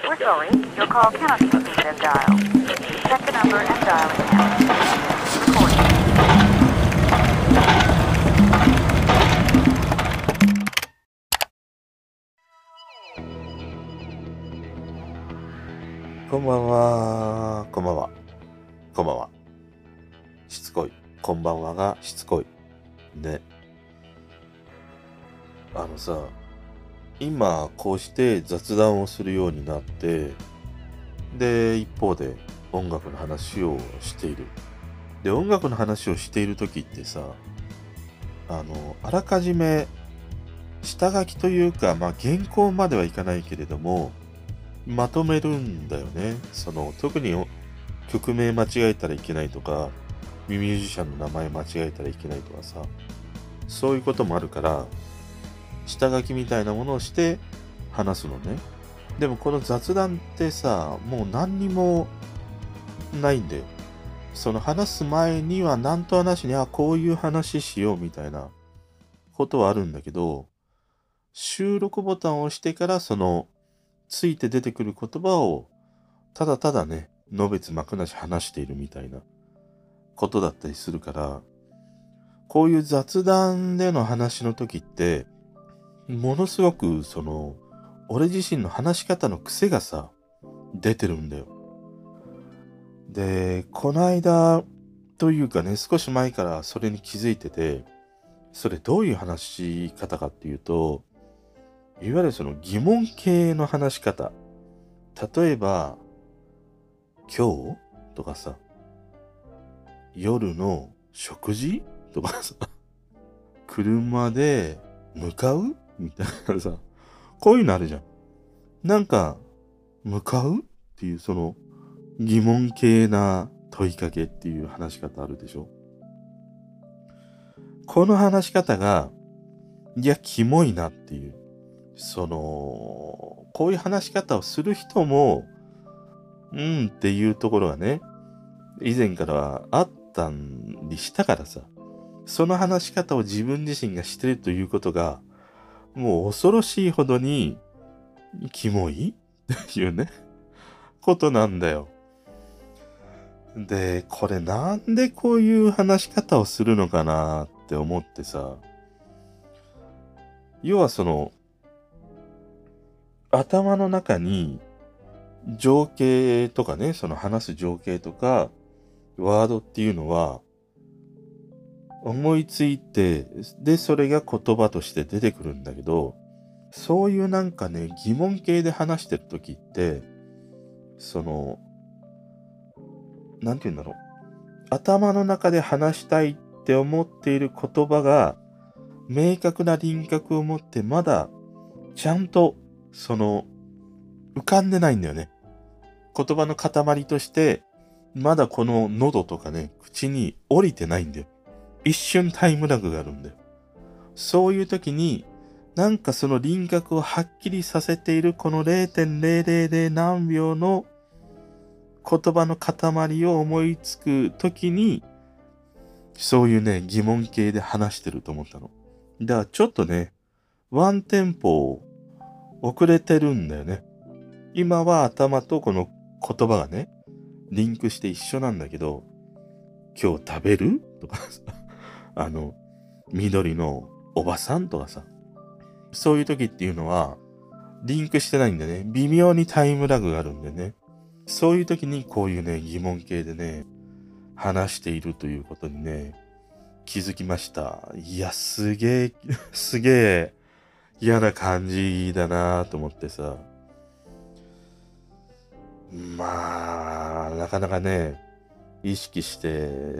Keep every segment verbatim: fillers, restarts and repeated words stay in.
We're sorry, your call cannot be received as dialed. Check the number and dial it now. Recording. こんばんは、こんばんは、こんばんは。しつこい。こんばんはがしつこい。ね。あのさ、今こうして雑談をするようになって、で、一方で音楽の話をしている。で、音楽の話をしているときってさ、あの、あらかじめ下書きというか、まあ原稿まではいかないけれども、まとめるんだよね。その、特に曲名間違えたらいけないとか、ミュージシャンの名前間違えたらいけないとかさ、そういうこともあるから、下書きみたいなものをして話すのね。でもこの雑談ってさ、もう何にもないんだよ。その話す前には何とはなしに、あ、こういう話しようみたいなことはあるんだけど、収録ボタンを押してからそのついて出てくる言葉をただただね、のべつ幕なし話しているみたいなことだったりするから、こういう雑談での話の時って、ものすごくその、俺自身の話し方の癖がさ、出てるんだよ。で、この間というかね、少し前からそれに気づいてて、それどういう話し方かっていうと、いわゆるその疑問系の話し方。例えば、今日とかさ、夜の食事とかさ、車で向かうみたいなさ、こういうのあるじゃん。なんか、向かうっていうその疑問系な問いかけっていう話し方あるでしょ。この話し方が、いや、キモいなっていう。その、こういう話し方をする人も、うんっていうところがね、以前からはあったんにしたからさ、その話し方を自分自身がしてるということが、もう恐ろしいほどに、キモいっていうね、ことなんだよ。で、これなんでこういう話し方をするのかなって思ってさ、要はその、頭の中に情景とかね、その話す情景とか、ワードっていうのは、思いついて、で、それが言葉として出てくるんだけど、そういうなんかね、疑問形で話してるときって、その、なんて言うんだろう。頭の中で話したいって思っている言葉が、明確な輪郭を持って、まだ、ちゃんと、その、浮かんでないんだよね。言葉の塊として、まだこの喉とかね、口に降りてないんだよ。一瞬タイムラグがあるんだよ。そういう時に、なんかその輪郭をはっきりさせているこの ゼロてんゼロゼロゼロ 何秒の言葉の塊を思いつく時に、そういうね、疑問形で話してると思ったの。だからちょっとね、ワンテンポ遅れてるんだよね。今は頭とこの言葉がね、リンクして一緒なんだけど、今日食べるとかさ、あの、緑のおばさんとかさ、そういう時っていうのは、リンクしてないんだよね。微妙にタイムラグがあるんでね。そういう時にこういうね、疑問形でね、話しているということにね、気づきました。いや、すげえ、すげえ嫌な感じだなと思ってさ。まあ、なかなかね、意識して、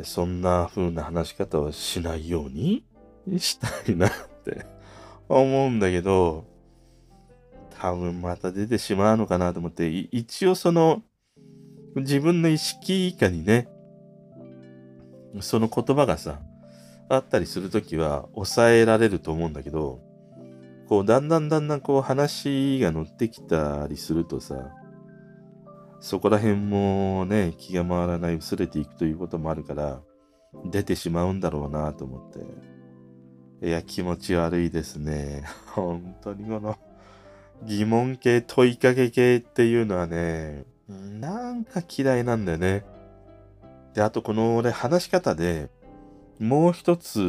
そんな風な話し方をしないようにしたいなって思うんだけど、多分また出てしまうのかなと思って、い一応その、自分の意識以下にね、その言葉がさ、あったりするときは抑えられると思うんだけど、こう、だんだんだんだんこう話が乗ってきたりするとさ、そこら辺もね、気が回らない、薄れていくということもあるから、出てしまうんだろうなと思って。いや、気持ち悪いですね。本当にこの、 疑問系、問いかけ系っていうのはね、なんか嫌いなんだよね。で、あとこの俺話し方でもう一つ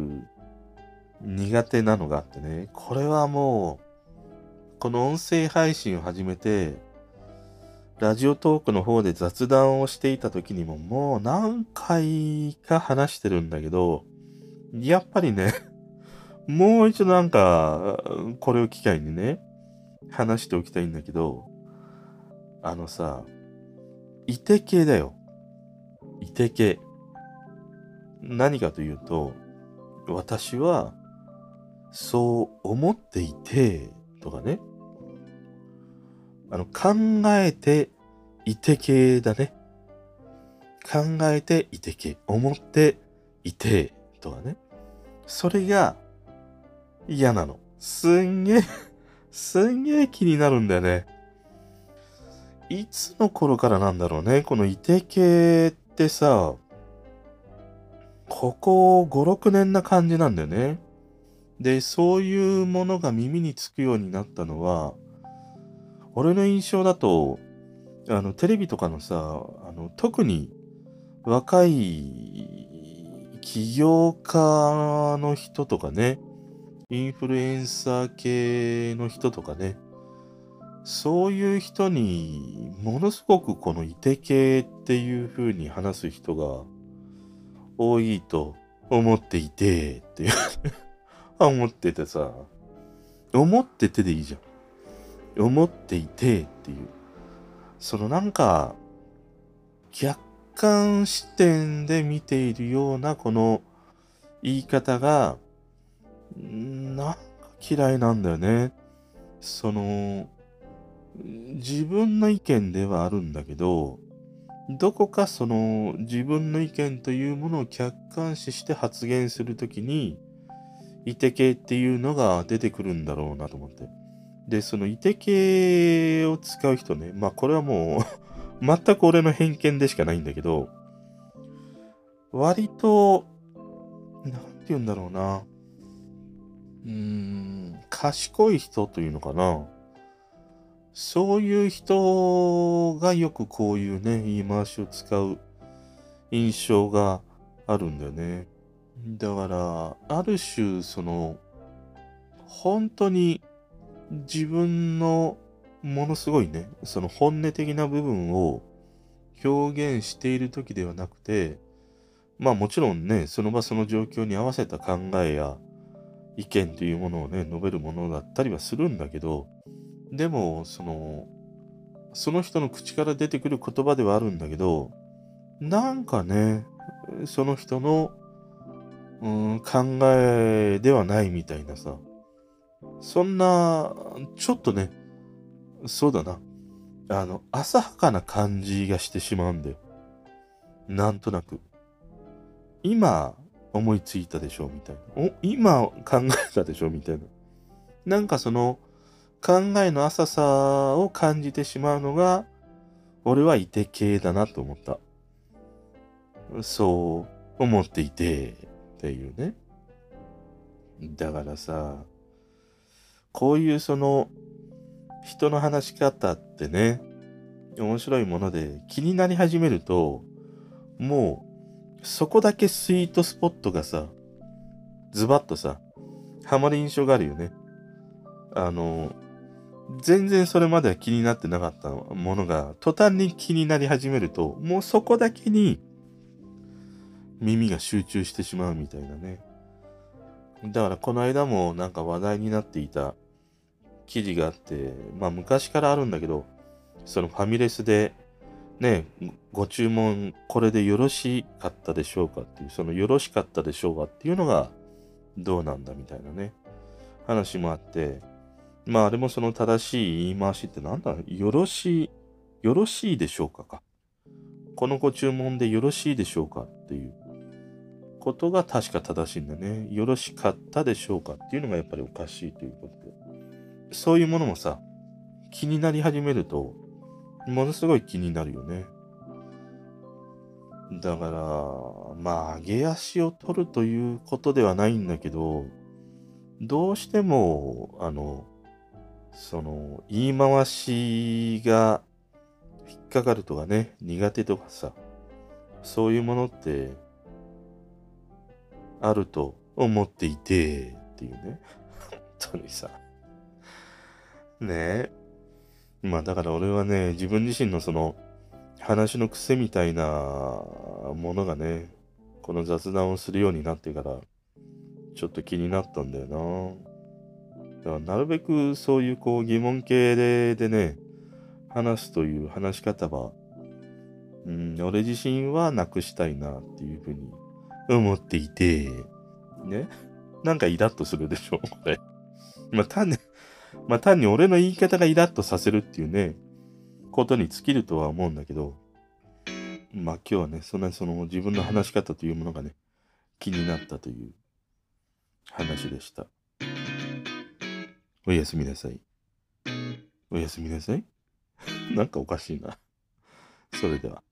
苦手なのがあってね、これはもう、この音声配信を始めて、ラジオトークの方で雑談をしていた時にももう何回か話してるんだけど、やっぱりね、もう一度なんか、これを機会にね、話しておきたいんだけど、あのさ、いて系だよ。いて系。何かというと、私は、そう思っていて、とかね。あの、考えていて系だね。考えていて系。思っていて、とかね。それが嫌なの。すんげえ、すんげえ気になるんだよね。いつの頃からなんだろうね。このいて系ってさ、ここご、ろくねんな感じなんだよね。で、そういうものが耳につくようになったのは、俺の印象だと、あの、テレビとかのさ、あの、特に若い起業家の人とかね、インフルエンサー系の人とかね、そういう人にものすごくこのイテ系っていう風に話す人が多いと思っていてっていう思っててさ、思っててでいいじゃん。思っていてっていう。そのなんか客観視点で見ているようなこの言い方がなんか嫌いなんだよね。その自分の意見ではあるんだけど、どこかその自分の意見というものを客観視して発言するときに、いて系っていうのが出てくるんだろうなと思って。で、そのいて系を使う人ね、まあこれはもう全く俺の偏見でしかないんだけど、割と、なんて言うんだろうな。うーん、賢い人というのかな。そういう人がよくこういうね、言い回しを使う印象があるんだよね。だから、ある種、その、本当に自分のものすごいね、その本音的な部分を表現している時ではなくて、まあもちろんね、その場その状況に合わせた考えや意見というものをね、述べるものだったりはするんだけど、でも、その、その人の口から出てくる言葉ではあるんだけど、なんかね、その人の、うん、考えではないみたいなさ、そんな、ちょっとね、そうだな、あの、浅はかな感じがしてしまうんだよ。なんとなく。今、思いついたでしょみたいな。お、今考えたでしょみたいな。なんかその、考えの浅さを感じてしまうのが、俺はいて系だなと思った。そう思っていて、っていうね。だからさ、こういうその、人の話し方ってね、面白いもので気になり始めると、もう、そこだけスイートスポットがさ、ズバッとさ、ハマる印象があるよね。あの、全然それまでは気になってなかったものが、途端に気になり始めると、もうそこだけに耳が集中してしまうみたいなね。だからこの間もなんか話題になっていた記事があって、まあ昔からあるんだけど、そのファミレスで、ね、ご注文これでよろしかったでしょうかっていう、そのよろしかったでしょうかっていうのがどうなんだみたいなね、話もあって、まああれもその正しい言い回しってなんだ、よろしい、よろしいでしょうかか。このご注文でよろしいでしょうかっていうことが確か正しいんだね。よろしかったでしょうかっていうのがやっぱりおかしいということで。そういうものもさ、気になり始めると、ものすごい気になるよね。だから、まあ、上げ足を取るということではないんだけど、どうしても、あの、 その、言い回しが引っかかるとかね、苦手とかさ、そういうものってあると思っていて、っていうね。本当にさ。ねえ。まあだから俺はね、自分自身のその、話の癖みたいなものがね、この雑談をするようになってから、ちょっと気になったんだよな。だからなるべくそういうこう疑問系ででね、話すという話し方は、うん、俺自身はなくしたいなっていうふうに思っていて、ね。なんかイラッとするでしょ、これ。まあ単に、まあ単に俺の言い方がイラッとさせるっていうね、ことに尽きるとは思うんだけど、まあ今日はね、そんなその自分の話し方というものがね、気になったという話でした。おやすみなさい。おやすみなさい。なんかおかしいな。それでは。